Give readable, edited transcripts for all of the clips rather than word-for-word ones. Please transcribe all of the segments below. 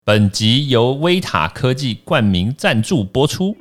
本集由威塔科技冠名赞助播出。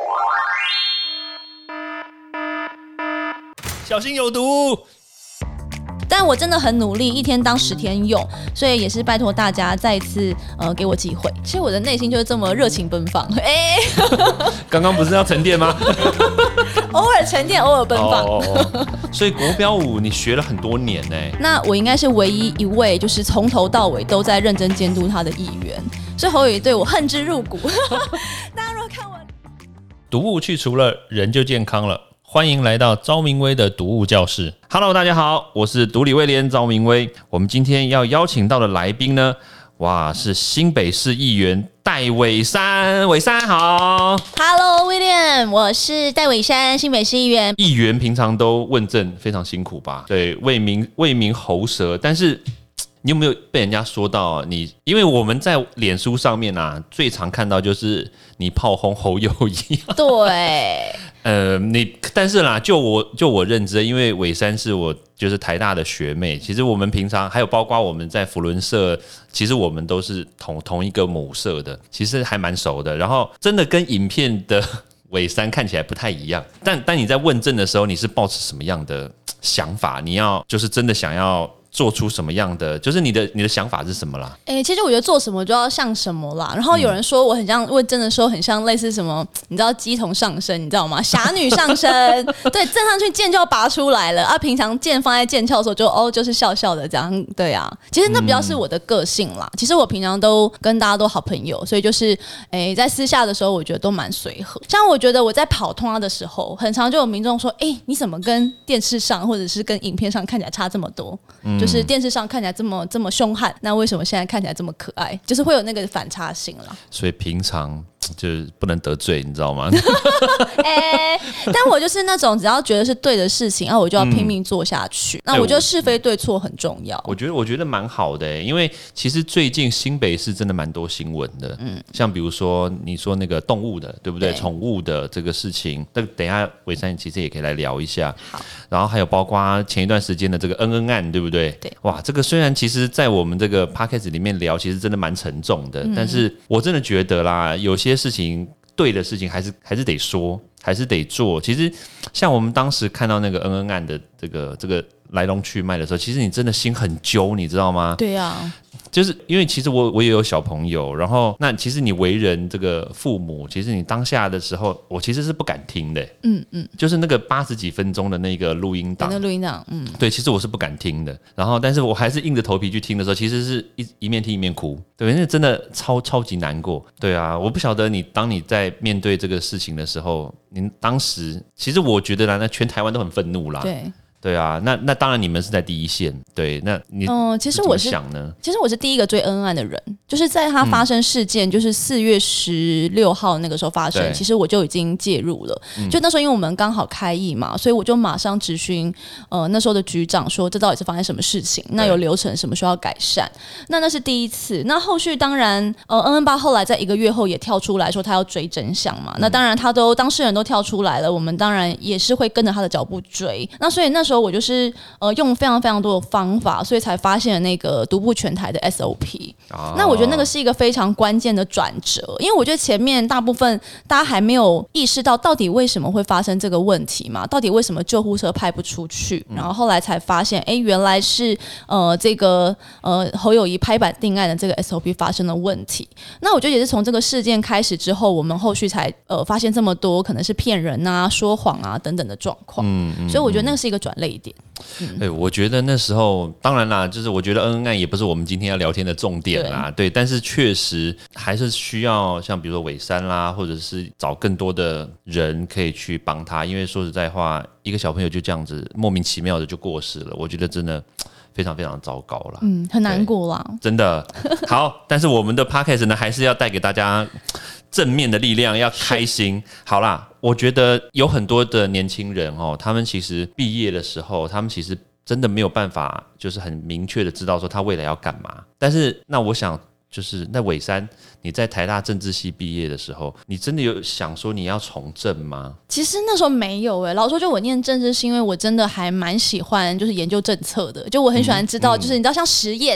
小心有毒！ 但我真的很努力，一天当10天用，所以也是拜托大家再一次给我机会。其实我的内心就是这么热情奔放。 刚刚不是要沉淀吗？ 偶尔沉淀，偶尔奔放。 所以国标舞你学了很多年呢。 那我应该是唯一一位，就是从头到尾都在认真监督他的议员，所以侯友宜对我恨之入骨。大家如果看我， 毒物去除了，人就健康了。欢迎来到昭明威的毒物教室。Hello， 大家好，我是毒理威廉昭明威。我们今天要邀请到的来宾呢，哇，是新北市议员戴伟珊。伟珊好。 Hello William， 我是戴伟珊，新北市议员。 议员平常都问政非常辛苦吧？对，为民喉舌，但是你有没有被人家说到你？因为我们在脸书上面啊，最常看到就是你炮轰侯友宜。 对。 但是啦，就我认知，因为伟珊是我就是台大的学妹，其实我们平常还有包括我们在扶轮社，其实我们都是同一个母社的，其实还蛮熟的。然后真的跟影片的伟珊看起来不太一样，但你在问政的时候，你是抱持什么样的想法？你要就是真的想要做出什么样的，就是你的想法是什么啦？ 其实我觉得做什么就要像什么啦。然后有人说我很像问政的时候，很像类似什么，你知道鸡同上身，你知道吗？侠女上身，对，站上去剑就要拔出来了啊。平常剑放在剑鞘的时候就是笑笑的这样，对啊。其实那比较是我的个性啦。其实我平常都跟大家都好朋友，所以就是在私下的时候，我觉得都蛮随和。像我觉得我在跑通的时候，很常就有民众说，你怎么跟电视上或者是跟影片上看起来差这么多？就是电视上看起来这么凶悍，那为什么现在看起来这么可爱？就是会有那个反差性啦。 所以平常就是不能得罪，你知道吗？ 但我就是那种只要觉得是对的事情，我就要拼命做下去。那我觉得是非对错很重要。 我觉得蛮好的，因为其实最近新北市真的蛮多新闻的，像比如说你说那个动物的，对不对？宠物的这个事情，那等一下伟珊其实也可以来聊一下。 好， 然后还有包括前一段时间的这个恩恩案，对不对？ 对， 哇，这个虽然其实在我们这个 podcast 里面聊，其实真的蛮沉重的，但是我真的觉得啦，有些事情对的事情还是得说，还是得做。其实像我们当时看到那个恩恩案的这个来龙去脉的时候，其实你真的心很揪，你知道吗？ 对啊。 就是因为其实我也有小朋友，然后那其实你为人这个父母，其实你当下的时候，我其实是不敢听的。就是那个80几分钟的那个录音档，对，其实我是不敢听的。然后，但是我还是硬着头皮去听的时候，其实是一面听一面哭，对，那真的超级难过。对啊，我不晓得当你在面对这个事情的时候，您当时其实我觉得啦，那全台湾都很愤怒啦。对啊，那当然你们是在第一线，对，那你其实我是想呢？ 其实我是第一个追恩恩案的人，就是在他发生事件，就是4月16号那个时候发生，其实我就已经介入了。就那时候因为我们刚好开议嘛，所以我就马上质询那时候的局长说这到底是发生什么事情，那有流程什么需要改善。那是第一次，那后续当然恩恩爸后来在1个月后也跳出来说他要追真相嘛，那当然当事人都跳出来了，我们当然也是会跟着他的脚步追。那所以那时候我就是用非常非常多的方法，所以才发现了那个独步全台的 SOP。那我觉得那个是一个非常关键的转折，因为我觉得前面大部分大家还没有意识到底为什么会发生这个问题嘛，到底为什么救护车派不出去，然后后来才发现，原来是这个侯友宜拍板定案的这个 SOP 发生了问题。那我觉得也是从这个事件开始之后，我们后续才发现这么多可能是骗人啊、说谎啊等等的状况。所以我觉得那个是一个转捩点。 我觉得那时候当然啦，就是我觉得恩恩案也不是我们今天要聊天的重点啦，对，但是确实还是需要像比如说伟珊啦，或者是找更多的人可以去帮他，因为说实在话，一个小朋友就这样子莫名其妙的就过世了，我觉得真的非常非常糟糕啦， 很难过啦， 真的。好，但是我们的 podcast 呢，还是要带给大家正面的力量，要开心。好啦，我觉得有很多的年轻人他们其实毕业的时候，他们其实真的没有办法，就是很明确的知道说他未来要干嘛。但是那我想就是那伟珊，你在台大政治系毕业的时候，你真的有想说你要从政吗？ 其实那时候没有老实说，就我念政治是因为我真的还蛮喜欢就是研究政策的，就我很喜欢知道，就是你知道像实验，我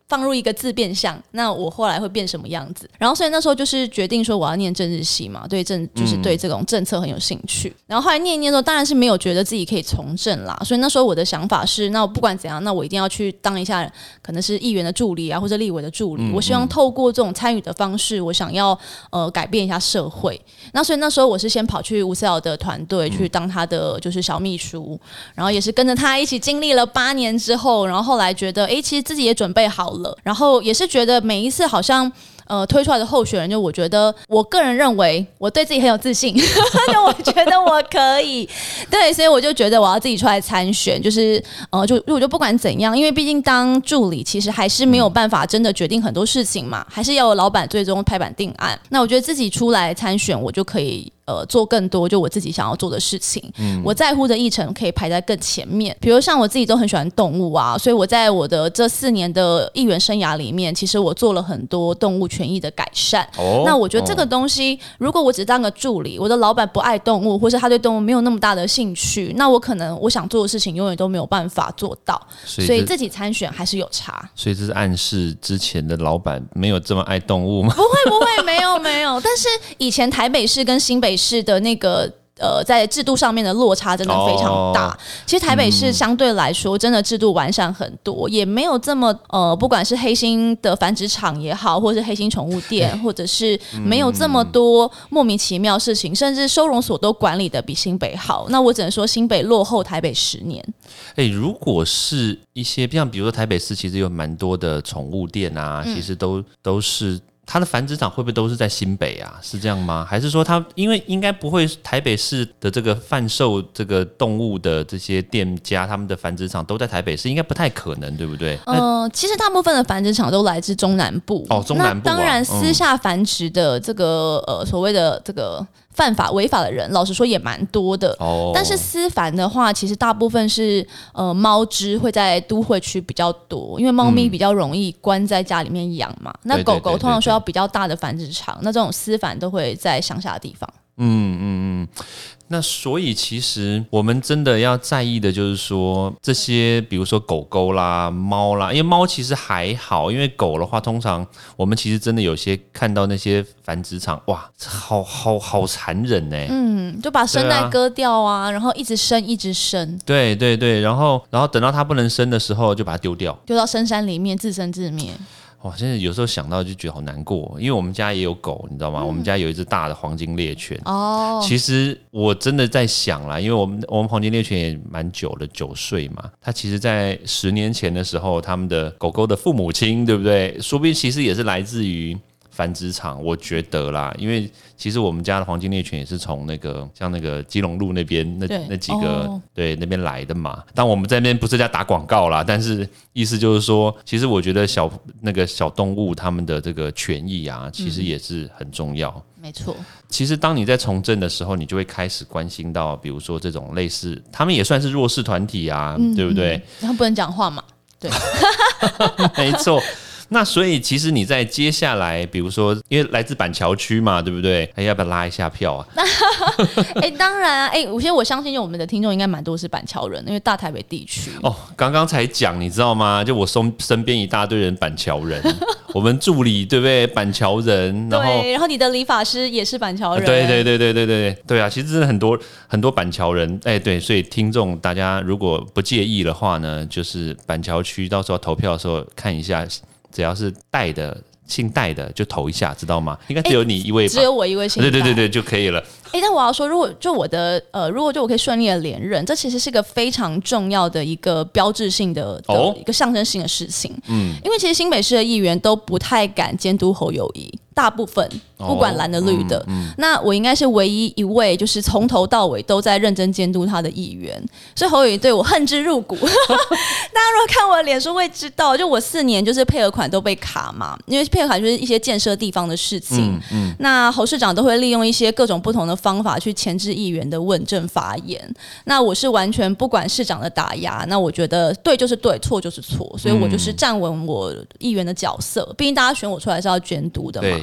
放入一个自变项，那我后来会变什么样子？然后所以那时候就是决定说我要念政治系嘛，就是对这种政策很有兴趣。然后后来念一念的时候，当然是没有觉得自己可以从政啦，所以那时候我的想法是，那我不管怎样，那我一定要去当一下可能是议员的助理啊，或者立委的助理。我希望透过这种参与的方式，我想要改变一下社会。那所以那时候我是先跑去吴思瑶的团队去当他的就是小秘书，然后也是跟着他一起经历了8年之后，然后后来觉得其实自己也准备好了，然后也是觉得每一次好像推出来的候选人，就我觉得我个人认为我对自己很有自信就我觉得我可以，对，所以我就觉得我要自己出来参选，就是我就不管怎样，因为毕竟当助理其实还是没有办法真的决定很多事情嘛，还是要有老板最终拍板定案。那我觉得自己出来参选，我就可以做更多就我自己想要做的事情，我在乎的议程可以排在更前面。比如像我自己都很喜欢动物啊，所以我在我的这4年的议员生涯里面，其实我做了很多动物权益的改善。那我觉得这个东西，如果我只当个助理，我的老板不爱动物，或是他对动物没有那么大的兴趣，那我可能我想做的事情永远都没有办法做到。所以自己参选还是有差。 所以这是暗示之前的老板没有这么爱动物吗？ 不会，没有。但是以前台北市跟新北市的那个在制度上面的落差真的非常大。其实台北市相对来说真的制度完善很多，也没有这么不管是黑心的繁殖场也好，或是黑心宠物店，或者是没有这么多莫名其妙事情，甚至收容所都管理的比新北好。那我只能说新北落后台北10年。 如果是一些像比如说台北市其实有蛮多的宠物店啊，其实都是它的繁殖场会不会都是在新北啊？是这样吗？还是说它因为应该不会台北市的这个贩售这个动物的这些店家，他们的繁殖场都在台北市，应该不太可能，对不对？ 其实大部分的繁殖场都来自中南部。 中南部啊。 那当然，私下繁殖的这个所谓的这个犯法违法的人，老实说也蛮多的。但是私繁的话，其实大部分是猫只会在都会区比较多，因为猫咪比较容易关在家里面养嘛。那狗狗通常需要比较大的繁殖场，那这种私繁都会在乡下的地方。 那所以其实我们真的要在意的就是说这些比如说狗狗啦猫啦，因为猫其实还好，因为狗的话通常我们其实真的有些看到那些繁殖场，哇好残忍欸。 就把声带割掉啊，然后一直生一直生。 对，然后等到它不能生的时候就把它丢到深山里面自生自灭。 现在有时候想到就觉得好难过，因为我们家也有狗，你知道吗？我们家有一只大的黄金猎犬。其实我真的在想啦，因为我们黄金猎犬也蛮久了，9岁嘛。它其实在10年前的时候，他们的狗狗的父母亲，对不对？说不定其实也是来自于繁殖场，我觉得啦，因为其实我们家的黄金猎犬也是从像那个基隆路那边那几个对那边来的嘛。但我们在那边不是在打广告啦，但是意思就是说，其实我觉得小动物他们的这个权益啊，其实也是很重要。 没错， 其实当你在从政的时候，你就会开始关心到，比如说这种类似，他们也算是弱势团体啊，对不对？ 他们不能讲话嘛，对， 没错。那所以其实你在接下来，比如说因为来自板桥区嘛，对不对？要不要拉一下票啊？ 当然啊，我相信我们的听众应该蛮多是板桥人，因为大台北地区。 刚刚才讲，你知道吗？就我身边一大堆人板桥人，我们助理对不对？板桥人， 然后你的理发师也是板桥人， 对啊，其实真的很多板桥人，对，所以听众大家如果不介意的话呢，就是板桥区到时候投票的时候看一下。只要是姓戴的就投一下，知道吗？应该只有你一位吧？ 只有我一位姓戴， 对就可以了。 但我要说，如果我可以顺利的连任，这其实是个非常重要的一个标志性的一个象征性的事情。因为其实新北市的议员都不太敢监督侯友宜，大部分不管蓝的绿的。那我应该是唯一一位就是从头到尾都在认真监督他的议员，所以侯友宜对我恨之入骨。大家如果看我的脸书会知道，就我4年就是配合款都被卡嘛，因为配合款就是一些建设地方的事情。那侯市长都会利用一些各种不同的方法去钳制议员的问政发言。那我是完全不管市长的打压，那我觉得对就是对，错就是错，所以我就是站稳我议员的角色。毕竟大家选我出来是要监督的嘛。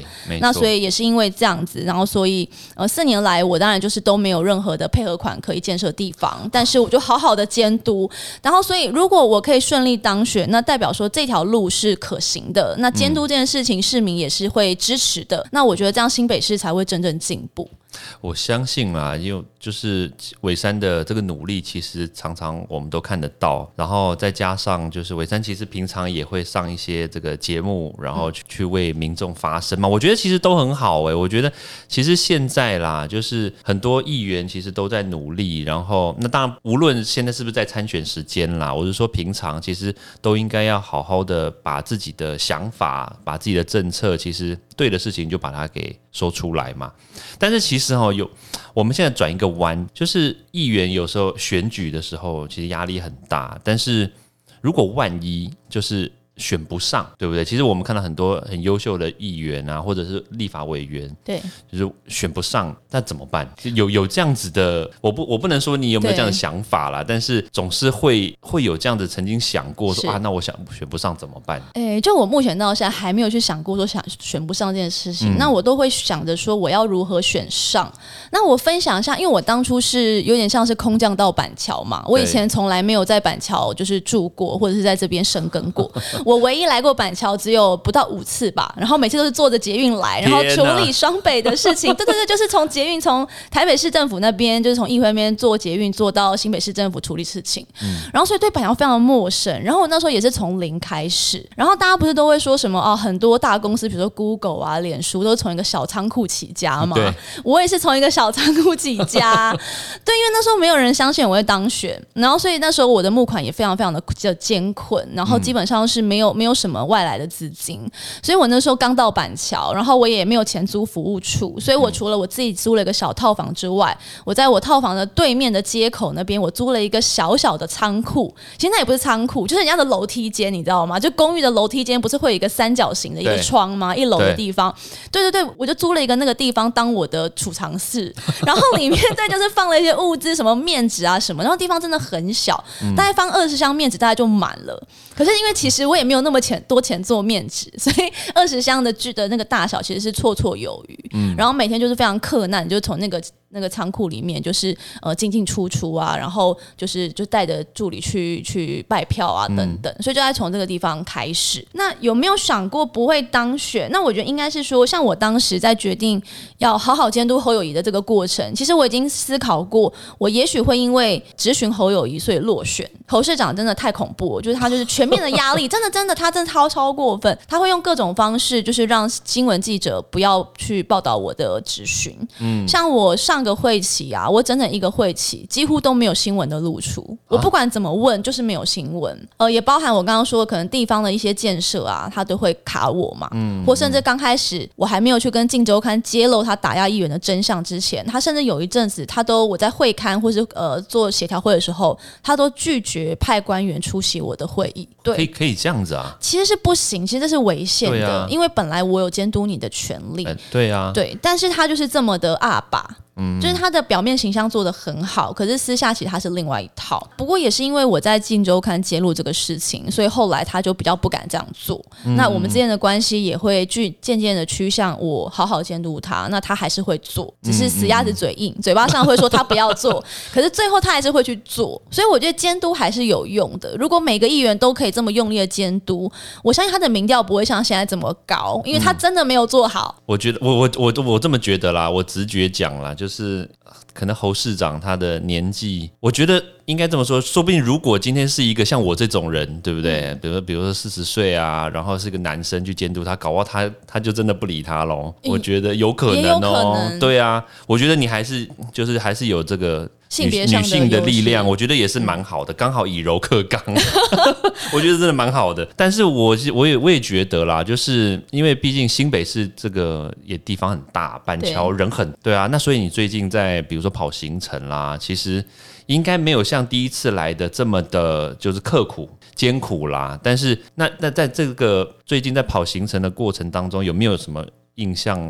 那所以也是因为这样子，然后所以4年来我当然就是都没有任何的配合款可以建设地方，但是我就好好的监督，然后所以如果我可以顺利当选，那代表说这条路是可行的，那监督这件事情市民也是会支持的，那我觉得这样新北市才会真正进步。 我相信啦，因为就是暐姗的这个努力，其实常常我们都看得到，然后再加上就是暐姗其实平常也会上一些这个节目，然后去为民众发声嘛，我觉得其实都很好我觉得其实现在啦，就是很多议员其实都在努力，然后那当然无论现在是不是在参选时间啦，我是说平常其实都应该要好好的把自己的想法，把自己的政策，其实对的事情就把它给说出来嘛。但是其实我们现在转一个弯，就是议员有时候选举的时候其实压力很大，但是如果万一就是选不上，对不对？其实我们看到很多很优秀的议员啊，或者是立法委员， 对， 就是选不上，那怎么办？有这样子的，我不能说你有没有这样的想法啦，但是总是会有这样子曾经想过说那我想选不上怎么办？ 就我目前到现在还没有去想过说选不上这件事情，那我都会想着说我要如何选上。那我分享一下，因为我当初是有点像是空降到板桥嘛，我以前从来没有在板桥就是住过，或者是在这边生根过。我唯一来过板桥只有不到5次吧，然后每次都是坐着捷运来，然后处理双北的事情。对，就是从捷运从台北市政府那边，就是从议会那边坐捷运坐到新北市政府处理事情。然后所以对板桥非常陌生。然后我那时候也是从零开始。然后大家不是都会说什么很多大公司，比如说 Google 啊、脸书，都是从一个小仓库起家嘛。我也是从一个小仓库起家。对，因为那时候没有人相信我会当选，然后所以那时候我的募款也非常非常的艰困，然后基本上是没有什么外来的资金，所以我那时候刚到板桥，然后我也没有钱租服务处，所以我除了我自己租了一个小套房之外，我在我套房的对面的街口那边，我租了一个小小的仓库。其实那也不是仓库，就是人家的楼梯间，你知道吗？就公寓的楼梯间不是会有一个三角形的一个窗吗？1楼的地方，对，我就租了一个那个地方当我的储藏室，然后里面再就是放了一些物资，什么面纸啊什么，然后地方真的很小，大概放20箱面纸大概就满了。可是因为其实我也没有那么多钱做面纸，所以20箱的那个大小其实是绰绰有余。然后每天就是非常克难，就从那个仓库里面就是进出啊，然后就带着助理去拜票啊等等，所以就在从这个地方开始。那有没有想过不会当选？那我觉得应该是说，像我当时在决定要好好监督侯友宜的这个过程，其实我已经思考过，我也许会因为质询侯友宜所以落选。侯市长真的太恐怖了，就是他就是全面的压力，真的他真的超过分，他会用各种方式就是让新闻记者不要去报道我的质询。像我上个会期啊，我整整一个会期几乎都没有新闻的露出，我不管怎么问就是没有新闻。也包含我刚刚说可能地方的一些建设啊，他都会卡我嘛。或甚至刚开始我还没有去跟镜周刊揭露他打压议员的真相之前，他甚至有一阵子我在会刊或是做协调会的时候，他都拒绝派官员出席我的会议。对， 可以这样子啊？ 其实是不行，其实这是违宪的，因为本来我有监督你的权利。 对啊， 对，但是他就是这么的阿爸。就是他的表面形象做得很好，可是私下其实他是另外一套。不过也是因为我在《镜周刊》揭露这个事情，所以后来他就比较不敢这样做。那我们之间的关系也会渐渐的趋向我好好监督他，那他还是会做，只是死鸭子嘴硬，嘴巴上会说他不要做，可是最后他还是会去做。所以我觉得监督还是有用的。如果每个议员都可以这么用力的监督，我相信他的民调不会像现在这么高，因为他真的没有做好。 我觉得我这么觉得啦，我直觉讲啦，就是可能侯市长他的年纪，我觉得应该这么说，说不定如果今天是一个像我这种人，对不对？比如说40岁啊，然后是个男生去监督他，搞不好他就真的不理他咯。我觉得有可能哦。对啊，我觉得你还是有这个女性的力量，我觉得也是蛮好的，刚好以柔克刚，我觉得真的蛮好的。但是我也觉得啦，就是因为毕竟新北市这个也地方很大，板桥人很对啊，那所以你最近在比如说跑行程啦，其实应该没有像第一次来的这么的，就是刻苦艰苦啦。但是那在这个最近在跑行程的过程当中，有没有什么印象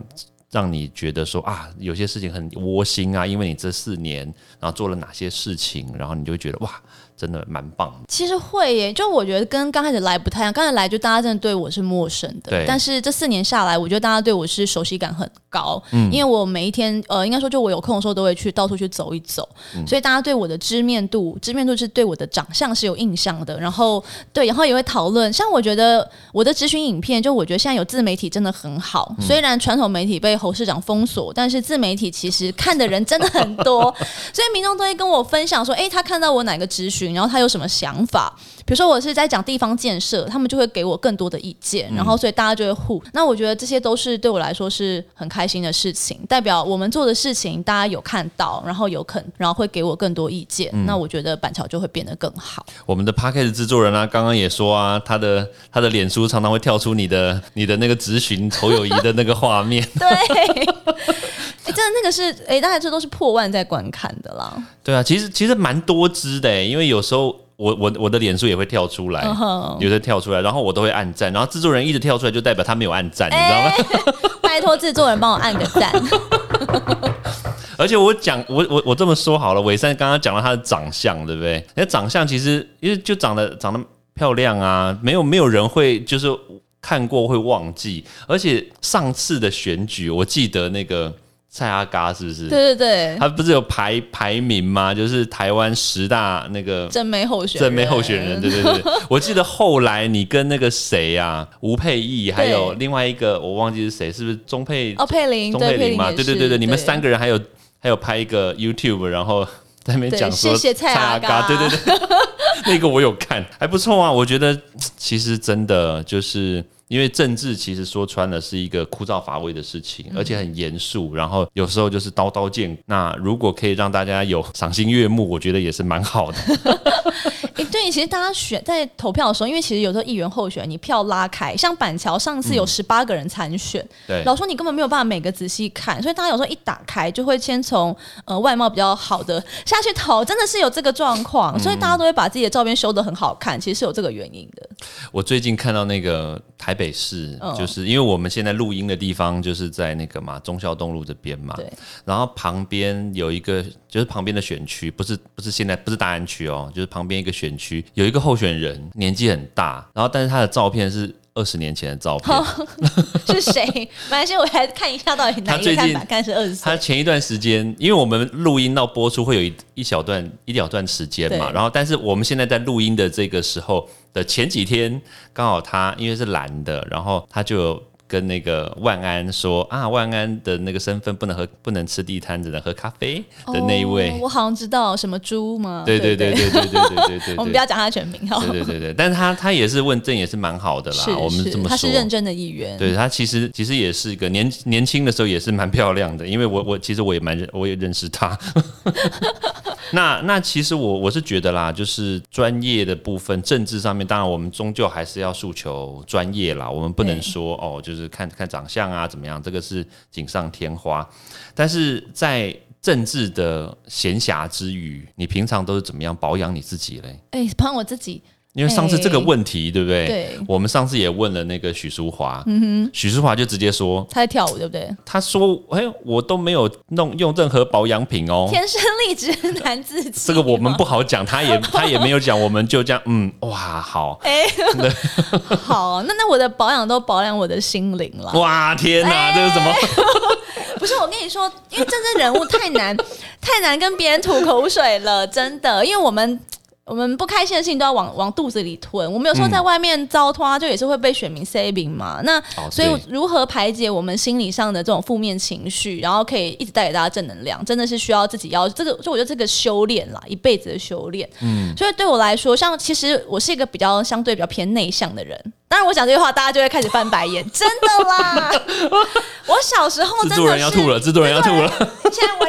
让你觉得说啊，有些事情很窝心啊，因为你这4年然后做了哪些事情，然后你就会觉得哇，真的蛮棒的。 其实会耶，就我觉得跟刚开始来不太一样，刚才来就大家真的对我是陌生的，但是这4年下来，我觉得大家对我是熟悉感很高，因为我每一天应该说就我有空的时候都会去到处去走一走，所以大家对我的知名度是对我的长相是有印象的，然后也会讨论。像我觉得我的咨询影片，就我觉得现在有自媒体真的很好，虽然传统媒体被侯市长封锁，但是自媒体其实看的人真的很多，所以民众都会跟我分享说，他看到我哪个咨询，然后他有什么想法，比如说我是在讲地方建设，他们就会给我更多的意见，然后所以大家就会互。那我觉得这些都是对我来说是很开心的事情，代表我们做的事情大家有看到，然后然后会给我更多意见，那我觉得板桥就会变得更好。我们的 Podcast 制作人啊，刚刚也说啊，他的脸书常常会跳出你的那个咨询侯友宜的那个画面， 对。真的那个是大概这都是破万在观看的啦。 对啊，其实蛮多支的因为有时候我的脸书也会跳出来，有的跳出来，然后我都会按赞，然后制作人一直跳出来，就代表他没有按赞，你知道吗？ 拜托制作人帮我按个赞。 而且我这么说好了，伟山刚刚讲到他的长相，对不对？那长相其实因为就长得漂亮啊，没有人会就是看过会忘记，而且上次的选举，我记得那个蔡阿嘎是不是？ 对对对， 他不是有排名吗？就是台湾10大那个正妹候选人，对对对。我记得后来你跟那个谁啊，吴佩益，还有另外一个我忘记是谁，是不是钟佩玲嘛？对对对对，你们3个人还有拍一个 YouTube， 然后在那边讲说谢谢蔡阿嘎， 对对对，那个我有看，还不错啊。我觉得其实真的就是。因为政治其实说穿了是一个枯燥乏味的事情，而且很严肃，然后有时候就是刀刀见。那如果可以让大家有赏心悦目，我觉得也是蛮好的。 对，其实大家在投票的时候，因为其实有时候议员候选你票拉开，像板桥上次有18个人参选，老说你根本没有办法每个仔细看，所以大家有时候一打开就会先从外貌比较好的下去投，真的是有这个状况，所以大家都会把自己的照片修得很好看，其实是有这个原因的。 我最近看到那个台北市，就是因为我们现在录音的地方就是在那个嘛忠孝东路这边嘛，然后旁边有一个就是旁边的选区，不是现在不是大安区哦，就是旁边一个选区有一个候选人年纪很大，然后但是他的照片是20年前的照片， 是谁？没关系，我来看一下到底哪一个看法，看是20岁。 他前一段时间，因为我们录音到播出会有一小段时间嘛，然后但是我们现在在录音的这个时候的前几天，刚好他因为是蓝的，然后他就有跟那个万安说啊，万安的那个身份不能吃地摊，只能喝咖啡的那一位， 我好像知道什么猪吗？ 对， 我们不要讲他全名哈。 对，但是他也是问政也是蛮好的啦，我们这么说， 他是认真的议员， 对他其实也是一个年轻的时候也是蛮漂亮的，因为我其实我也认识他。那其实我是觉得啦，就是专业的部分，政治上面，当然我们终究还是要诉求专业啦，我们不能说就是看长相啊怎么样，这个是锦上添花。但是在政治的闲暇之余，你平常都是怎么样保养你自己嘞？ 保养我自己。 因为上次这个问题，对不对？ 对， 我们上次也问了那个许淑华，许淑华就直接说他在跳舞，对不对？ 他说：“我都没有用任何保养品哦， 天生丽质难自弃。” 这个我们不好讲，他也没有讲，我们就这样，哇，好， 好，那我的保养都保养我的心灵了。 哇，天哪，这是什么？ 不是，我跟你说，因为政治人物太难跟别人吐口水了，真的，因为我们不开心的事情都要往肚子里吞。我们有时候在外面糟蹋，就也是会被选民 saving 嘛。那所以如何排解我们心理上的这种负面情绪，然后可以一直带给大家正能量，真的是需要自己要这个。就我觉得这个修炼啦，一辈子的修炼。所以对我来说，其实我是一个相对比较偏内向的人。当然，我讲这句话，大家就会开始翻白眼，真的啦。我小时候真的是制作人要吐了， 现在完全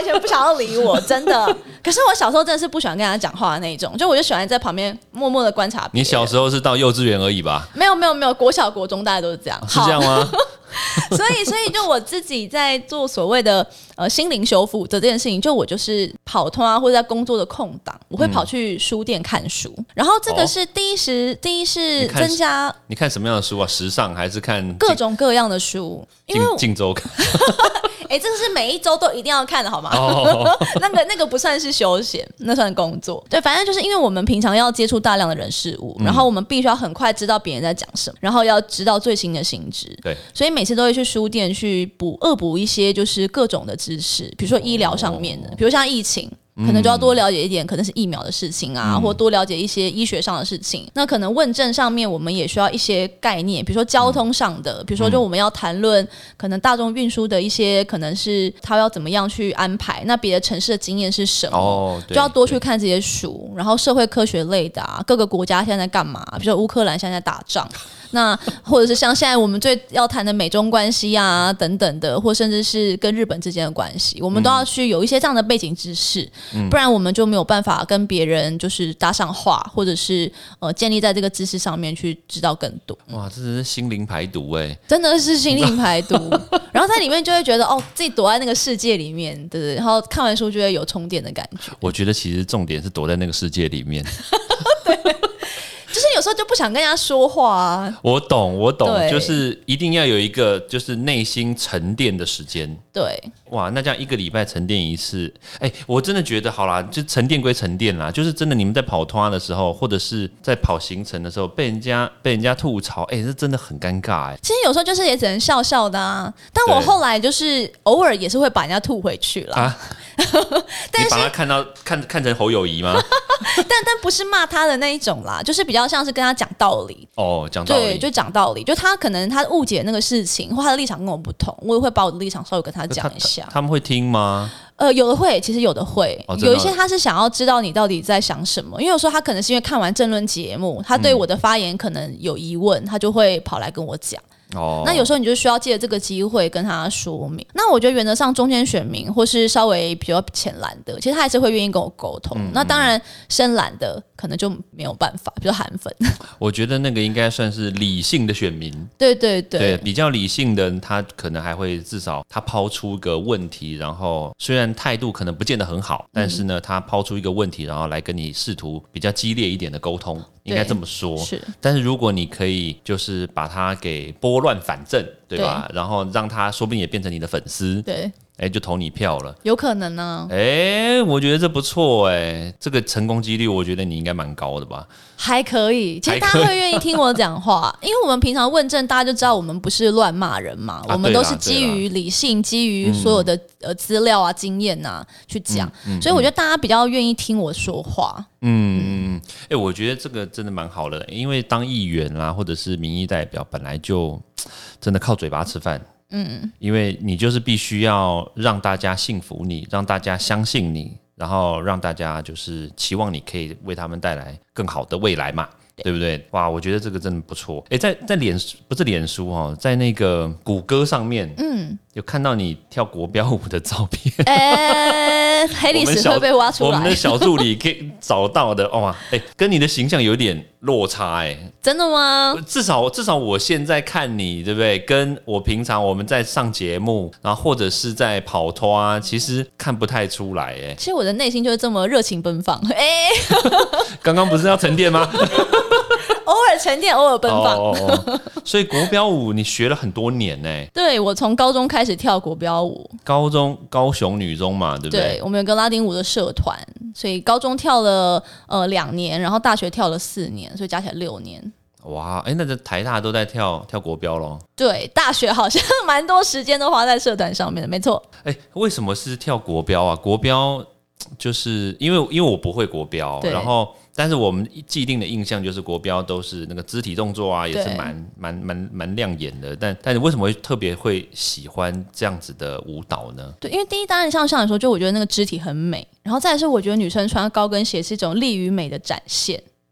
全不想要理我，真的。可是我小时候真的是不喜欢跟他讲话的那种，就我就喜欢在旁边默默的观察别人。 你小时候是到幼稚园而已吧？ 没有，国小国中大家都是这样。 是这样吗？ 所以就我自己在做所谓的心灵修复的这件事情，就我就是跑通啊，或者在工作的空档，我会跑去书店看书。然后这个是第一是增加你看什么样的书啊？时尚还是看各种各样的书？ 镜周刊。 这个是每一周都一定要看的好吗？那个不算是休闲，那算工作。对，反正就是因为我们平常要接触大量的人事物，然后我们必须要很快知道别人在讲什么，然后要知道最新的新知。 对， 所以每次都会去书店去恶补一些就是各种的知识，比如说医疗上面的，比如像疫情。可能就要多了解一点，可能是疫苗的事情啊，或多了解一些医学上的事情。那可能问政上面，我们也需要一些概念，比如说交通上的，比如说就我们要谈论可能大众运输的一些，可能是他要怎么样去安排。那别的城市的经验是什么？就要多去看这些书，然后社会科学类的各个国家现在在干嘛？比如说乌克兰现在在打仗。那或者是像现在我们最要谈的美中关系啊等等的，或甚至是跟日本之间的关系，我们都要去有一些这样的背景知识，不然我们就没有办法跟别人就是搭上话，或者是建立在这个知识上面去知道更多。 哇，这是心灵排毒真的是心灵排毒。然后在里面就会觉得自己躲在那个世界里面，对对，然后看完书就会有充电的感觉。 我觉得其实重点是躲在那个世界里面。 对。就是有时候就不想跟人家说话啊。 我懂，就是一定要有一个就是内心沉淀的时间。 对， 哇，那这样1个礼拜沉淀一次，我真的觉得好啦，就沉淀归沉淀啦，就是真的你们在跑团的时候，或者是在跑行程的时候，被人家吐槽，这真的很尴尬其实有时候就是也只能笑笑的啊，但我后来就是偶尔也是会把人家吐回去了。 你把他看成侯友宜吗？ 但不是骂他的那一种啦，就是比较像是跟他讲道理。 讲道理。 对，就讲道理，就他可能他误解那个事情，或他的立场跟我不同，我也会把我的立场稍微跟他讲一下。 他们会听吗？ 有的会，其实有的会，有一些他是想要知道你到底在想什么，因为有时候他可能是因为看完政论节目，他对我的发言可能有疑问，他就会跑来跟我讲。那有时候你就需要借着这个机会跟他说明。那我觉得原则上中间选民或是稍微比较浅蓝的，其实他还是会愿意跟我沟通。那当然深蓝的可能就没有办法，比如韩粉。 我觉得那个应该算是理性的选民。 对， 比较理性的他可能还会至少他抛出个问题，然后虽然态度可能不见得很好，但是呢他抛出一个问题，然后来跟你试图比较激烈一点的沟通，应该这么说。 是， 但是如果你可以就是把他给拨乱反正，对吧？然后让他说不定也变成你的粉丝， 对， 就投你票了， 有可能呢。 我觉得这不错这个成功几率我觉得你应该蛮高的吧？ 还可以，其实大家会愿意听我讲话，因为我们平常问政，大家就知道我们不是乱骂人嘛，我们都是基于理性，基于所有的资料啊、经验啊去讲，所以我觉得大家比较愿意听我说话。 我觉得这个真的蛮好的，因为当议员啦，或者是民意代表，本来就真的靠嘴巴吃饭。因为你就是必须要让大家信服你，让大家相信你，然后让大家就是期望你可以为他们带来更好的未来嘛，对不对？哇，我觉得这个真的不错。在不是脸书在那个谷歌上面，有看到你跳国标舞的照片。 黑历史会被挖出来。 我们的小助理可以找到的哇，跟你的形象有点落差真的吗？ 至少我现在看你，对不对？跟我平常我们在上节目，然后或者是在跑团，其实看不太出来其实我的内心就是这么热情奔放。 刚刚不是要沉淀吗？ 偶尔沉淀，偶尔奔放。 所以国标舞你学了很多年对，我从高中开始跳国标舞。 高雄女中嘛，对不对？ 对，我们有个拉丁舞的社团，所以高中跳了2年，然后大学跳了4年，所以加起来6年。 哇，那这台大都在跳国标咯。 对，大学好像蛮多时间都花在社团上面的，没错。 为什么是跳国标啊？国标就是因为我不会国标，然后但是我们既定的印象就是国标都是那个肢体动作也是蛮亮眼的，但你为什么会特别会喜欢这样子的舞蹈呢？ 对，因为第一当然像你说，就我觉得那个肢体很美，然后再来是我觉得女生穿高跟鞋是一种力与美的展现。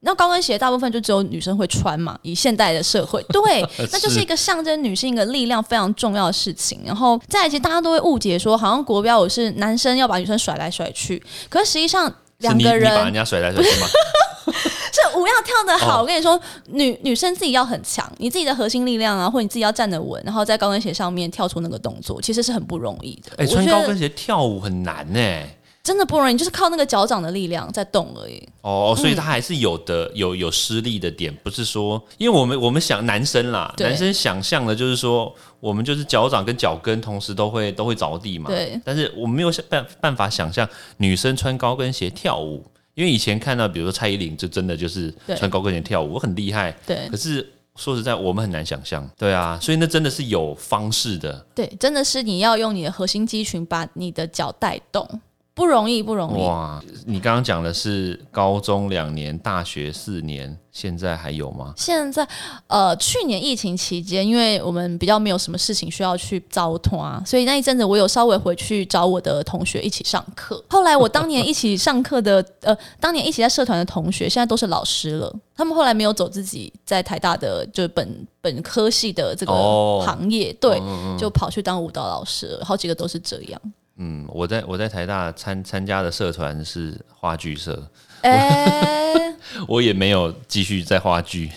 那高跟鞋大部分就只有女生会穿嘛，以现代的社会，对，那就是一个象征女性一个力量非常重要的事情。然后再来，其实大家都会误解说，好像国标舞是男生要把女生甩来甩去，可是实际上两个人你把人家甩来甩去吗？ 是舞要跳得好，我跟你说，女生自己要很强，你自己的核心力量啊，或你自己要站得稳，然后在高跟鞋上面跳出那个动作，其实是很不容易的。 穿高跟鞋跳舞很难真的不容易，就是靠那个脚掌的力量在动而已。 所以它还是有施力的点，不是说，因为我们想男生啦，男生想象的就是说，我们就是脚掌跟脚跟同时都会着地嘛。 对。 但是我们没有办法想象女生穿高跟鞋跳舞，因为以前看到比如说蔡依林，就真的就是穿高跟鞋跳舞，我很厉害。 对。 可是说实在，我们很难想象。对啊，所以那真的是有方式的。 对，真的是你要用你的核心肌群把你的脚带动。不容易，不容易。哇， 你刚刚讲的是高中2年，大学4年，现在还有吗？ 现在，去年疫情期间，因为我们比较没有什么事情需要去招团，所以那一阵子我有稍微回去找我的同学一起上课。后来我当年一起上课的，当年一起在社团的同学，现在都是老师了。他们后来没有走自己在台大的就是本科系的这个行业，对，就跑去当舞蹈老师了，好几个都是这样。 我在台大参加的社团是话剧社，我也没有继续在话剧。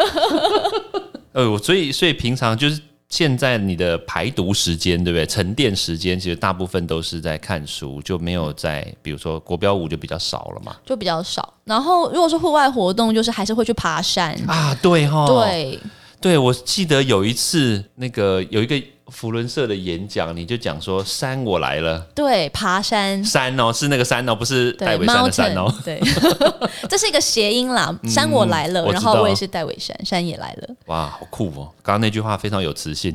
所以平常就是现在你的排毒时间，对不对？沉淀时间其实大部分都是在看书，就没有在比如说国标舞就比较少了嘛， 就比较少。然后如果是户外活动，就是还是会去爬山啊，对齁，对，我记得有一次有一个扶轮社的演讲，你就讲说山我来了， 对，爬山是那个山不是戴伟山的山对，这是一个谐音啦，山我来了，然后我也是戴伟山，山也来了， 哇，好酷哦！刚刚那句话非常有磁性。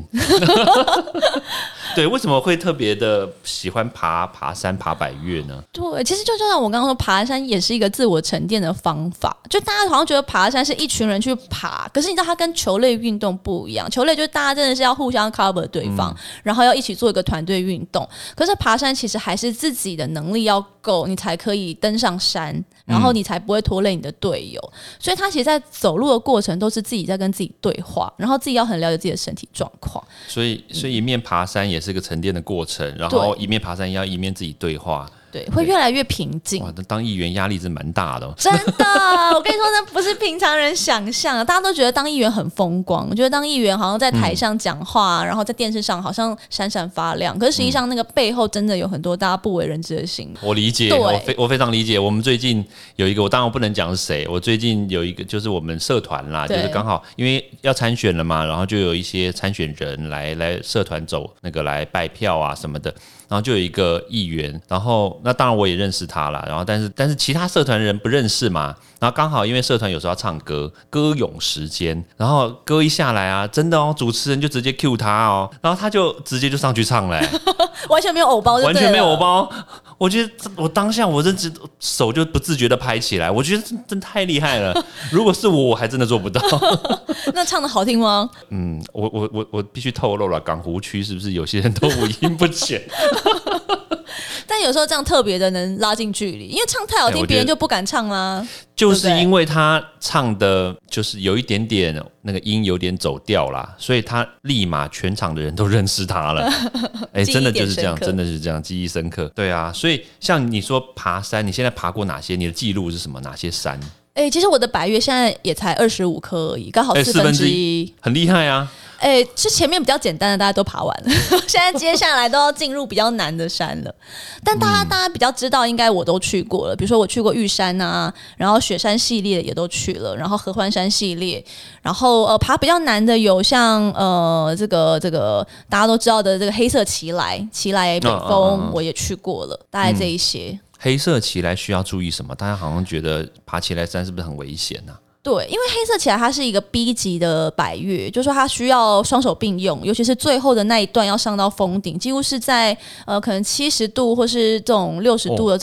对，为什么会特别的喜欢爬山、爬百岳呢？ 对，其实就像我刚刚说，爬山也是一个自我沉淀的方法。就大家好像觉得爬山是一群人去爬，可是你知道它跟球类运动不一样。球类就是大家真的是要互相 cover 对方，然后要一起做一个团队运动。可是爬山其实还是自己的能力要够，你才可以登上山，然后你才不会拖累你的队友。所以他其实在走路的过程都是自己在跟自己对话，然后自己要很了解自己的身体状况。 所以一面爬山也是个沉淀的过程，然后一面爬山要一面自己对话。 对，会越来越平静。 哇，那当议员压力是蛮大的。 真的，我跟你说，那不是平常人想象的。大家都觉得当议员很风光，我觉得当议员好像在台上讲话，然后在电视上好像闪闪发亮。可是实际上那个背后真的有很多大家不为人知的辛苦。 我理解，我非常理解。我们最近有一个，我当然不能讲是谁。我最近有一个，就是我们社团啦，就是刚好因为要参选了嘛，然后就有一些参选人来社团走来拜票啊什么的。然后就有一个议员，然后那当然我也认识他啦，然后但是其他社团人不认识嘛，然后刚好因为社团有时候要唱歌，歌咏时间，然后歌一下来啊，真的主持人就直接 cue 他然后他就直接就上去唱了完全没有偶包就对了， 完全没有偶包。我觉得我当下我这手就不自觉的拍起来，我觉得真太厉害了。如果是我还真的做不到。 那唱的好听吗？ 我必须透露了，港湖区是不是有些人都五音不全？ 但有时候这样特别的能拉近距离，因为唱太好听，别人就不敢唱啦。 就是因为他唱的就是有一点点那个音有点走调啦，所以他立马全场的人都认识他了。真的就是这样，真的是这样，记忆深刻。对啊，所以像你说爬山，你现在爬过哪些？你的记录是什么？哪些山？ 其实我的百岳现在也才25颗而已，刚好1/4， 很厉害啊。 是前面比较简单的大家都爬完了，现在接下来都要进入比较难的山了。但大家比较知道，应该我都去过了。比如说我去过玉山啊，然后雪山系列也都去了，然后合欢山系列，然后爬比较难的有像这个大家都知道的这个黑色奇莱北峰我也去过了，大概这一些。 黑色奇莱需要注意什么？大家好像觉得爬奇莱山是不是很危险啊？ 对，因为黑色奇莱它是一个 B 级的百岳，就是说它需要双手并用，尤其是最后的那一段要上到峰顶，几乎是在可能70度或是这种60度的这种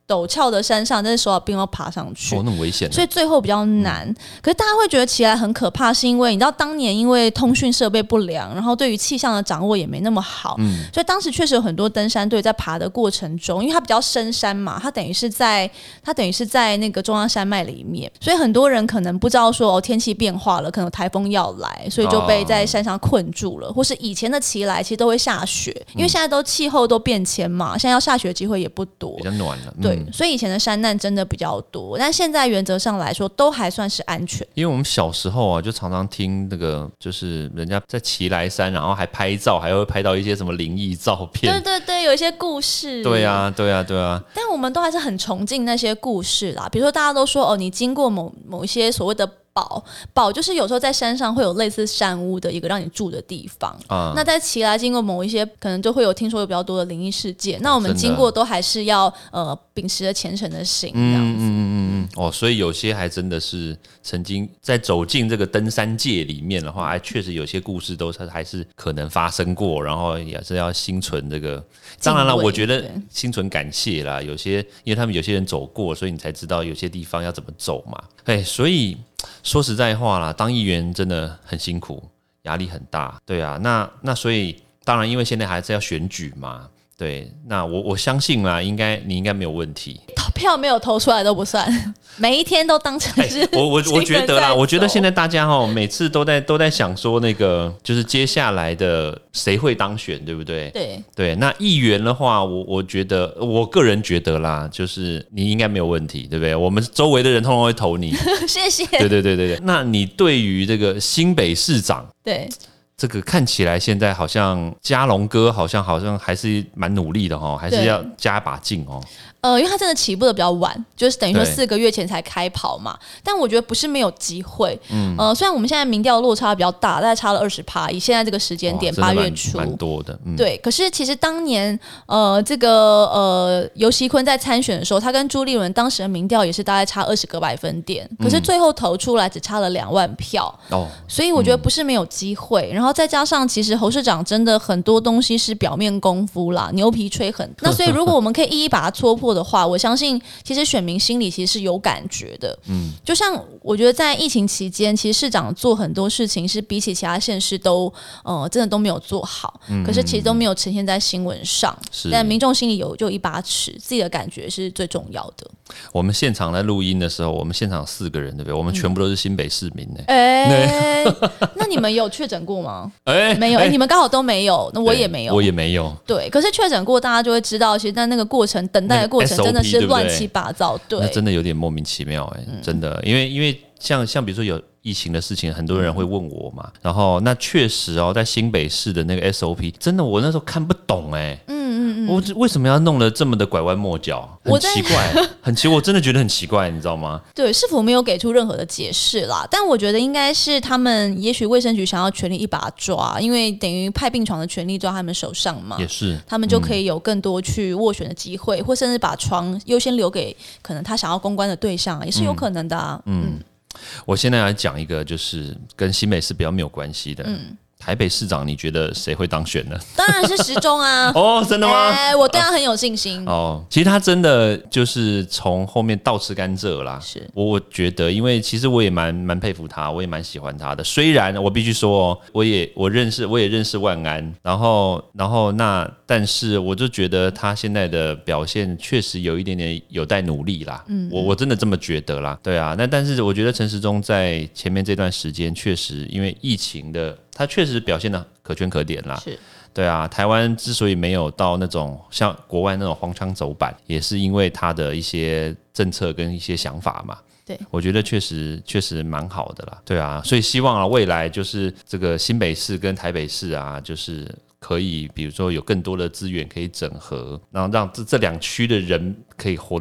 陡峭的山上，但是手脚并要爬上去， 那么危险， 所以最后比较难。可是大家会觉得奇莱很可怕，是因为你知道当年因为通讯设备不良，然后对于气象的掌握也没那么好，所以当时确实有很多登山队在爬的过程中，因为它比较深山嘛，它等于是在那个中央山脉里面，所以很多人可能不知道说天气变化了，可能有台风要来，所以就被在山上困住了，或是以前的奇莱其实都会下雪，因为现在都气候都变迁嘛，现在要下雪的机会也不多， 比较暖了， 对，所以以前的山难真的比较多，但现在原则上来说都还算是安全。 因为我们小时候啊，就常常听那个，就是人家在奇莱山，然后还拍照，还会拍到一些什么灵异照片。 对对对，有一些故事。 对啊，对啊，对啊。 但我们都还是很崇敬那些故事啦，比如说大家都说你经过某一些所谓的堡就是有时候在山上会有类似山屋的一个让你住的地方，那在奇莱经过某一些可能就会有听说有比较多的灵异事件，那我们经过都还是要秉持着虔诚的心这样子。 所以有些还真的是曾经在走进这个登山界里面的话，还确实有些故事都是还是可能发生过，然后也是要心存这个。当然了，我觉得心存感谢啦，有些因为他们有些人走过，所以你才知道有些地方要怎么走嘛。所以说实在话啦，当议员真的很辛苦，压力很大，对啊。那所以当然，因为现在还是要选举嘛。对，那我相信啦，你应该没有问题。 票没有投出来都不算，每一天都当成是。 我觉得啦，我觉得现在大家每次都在想说那个，就是接下来的谁会当选，对不对？对。那议员的话，我觉得，我个人觉得啦，就是你应该没有问题，对不对？我们周围的人通常会投你。 谢谢。 对。那你对于这个新北市长， 对。 这个看起来现在好像嘉龙哥好像还是蛮努力的还是要加把劲因为他真的起步的比较晚，就是等于说4个月前才开跑嘛。但我觉得不是没有机会。虽然我们现在民调落差比较大，大概差了20%，以现在这个时间点8月初， 蛮多的。 对，可是其实当年这个游锡堃在参选的时候，他跟朱立伦当时的民调也是大概差20个百分点，可是最后投出来只差了2万票。所以我觉得不是没有机会。然后再加上其实侯市长真的很多东西是表面功夫啦，牛皮吹很那所以如果我们可以一一把它戳破的话，我相信其实选民心里其实是有感觉的。就像我觉得在疫情期间，其实市长做很多事情是比起其他县市都真的都没有做好，可是其实都没有呈现在新闻上，但民众心里就一把尺，自己的感觉是最重要的。 我们现场在录音的时候，我们现场4个人，对不对？我们全部都是新北市民那你们有确诊过吗？没有。你们刚好都没有，那我也没有， 我也没有。 对，可是确诊过，大家就会知道，其实在那个过程等待的过程真的是乱七八糟。对， 那真的有点莫名其妙真的，因为像比如说有疫情的事情，很多人会问我嘛，然后那确实在新北市的那个 SOP， 真的我那时候看不懂我为什么要弄得这么的拐弯抹角，很奇怪，我真的觉得很奇怪，你知道吗？ 对，市府没有给出任何的解释啦，但我觉得应该是他们也许卫生局想要全力一把抓，因为等于派病床的权力在他们手上嘛， 也是， 他们就可以有更多去斡旋的机会，或甚至把床优先留给可能他想要公关的对象，也是有可能的啊。 我现在来讲一个，就是跟新北市比较没有关系的。台北市长，你觉得谁会当选呢？ 当然是时中啊！ 真的吗？ 我对他很有信心。 其实他真的就是从后面倒吃甘蔗啦。 是， 我觉得，因为其实我也蛮佩服他，我也蛮喜欢他的。虽然我必须说我也认识万安，然后但是我就觉得他现在的表现确实有一点点有待努力啦。我真的这么觉得啦。对啊，但是我觉得陈时中在前面这段时间确实因为疫情的。他确实表现得可圈可点啦， 是， 对啊。台湾之所以没有到那种像国外那种荒腔走板，也是因为他的一些政策跟一些想法嘛。 对， 我觉得确实蛮好的啦，对啊。所以希望未来就是这个新北市跟台北市啊，就是可以比如说有更多的资源可以整合，然后让这2区的人可以活得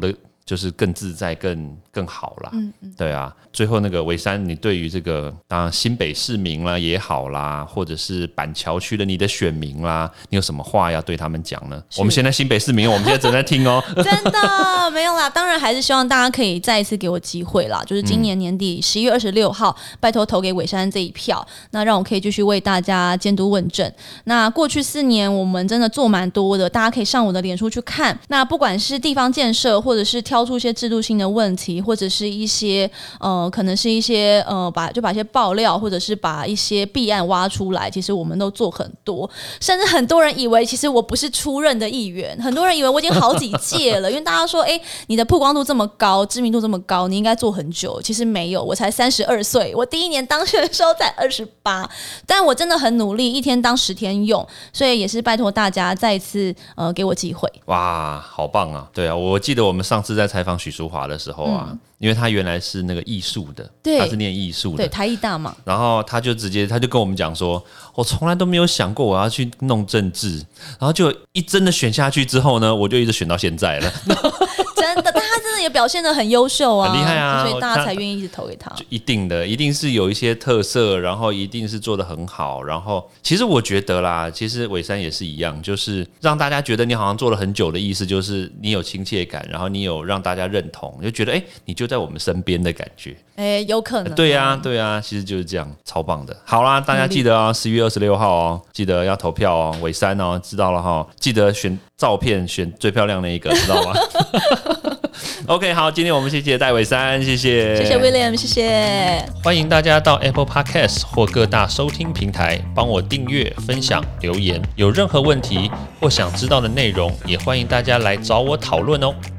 就是更自在更好啦。对啊，最后那个暐姍，你对于这个当然新北市民啦也好啦，或者是板桥区的你的选民啦，你有什么话要对他们讲呢？我们现在新北市民，我们现在正在听哦。 真的没有啦，当然还是希望大家可以再一次给我机会啦，就是今年年底11月26号，拜托投给暐姍这一票，那让我可以继续为大家监督问政。那过去4年我们真的做蛮多的，大家可以上我的脸书去看。那不管是地方建设，或者是挑出一些制度性的问题，或者是一些可能是一些把一些爆料，或者是把一些弊案挖出来，其实我们都做很多。甚至很多人以为其实我不是出任的议员，很多人以为我已经好几届了，因为大家说你的曝光度这么高，知名度这么高，你应该做很久。其实没有，我才32岁，我第1年当选的时候才28，但我真的很努力，一天当10天用，所以也是拜托大家再一次给我机会。 哇，好棒啊！对啊，我记得我们上次在采访许淑华的时候啊，因为他原来是那个艺术的，他是念艺术的， 对，台艺大嘛。 然后他就跟我们讲说，我从来都没有想过我要去弄政治，然后就真的选下去之后呢，我就一直选到现在了。 真的，但他真的也表现得很优秀啊， 很厉害啊， 所以大家才愿意一直投给他。 一定的，一定是有一些特色，然后一定是做得很好。然后其实我觉得啦，其实暐姍也是一样，就是让大家觉得你好像做了很久的意思，就是你有亲切感，然后你有让大家认同，就觉得你就在我们身边的感觉。 有可能。 对啊，对啊，其实就是这样，超棒的。好啦，大家记得哦，11月26号哦，记得要投票哦，暐姍哦，知道了哈，记得选照片，选最漂亮那一个，知道吗？OK， 好，今天我们谢谢戴暐姍，谢谢 William， 谢谢。 欢迎大家到 Apple Podcast 或各大收听平台帮我订阅、分享、留言。有任何问题或想知道的内容，也欢迎大家来找我讨论哦。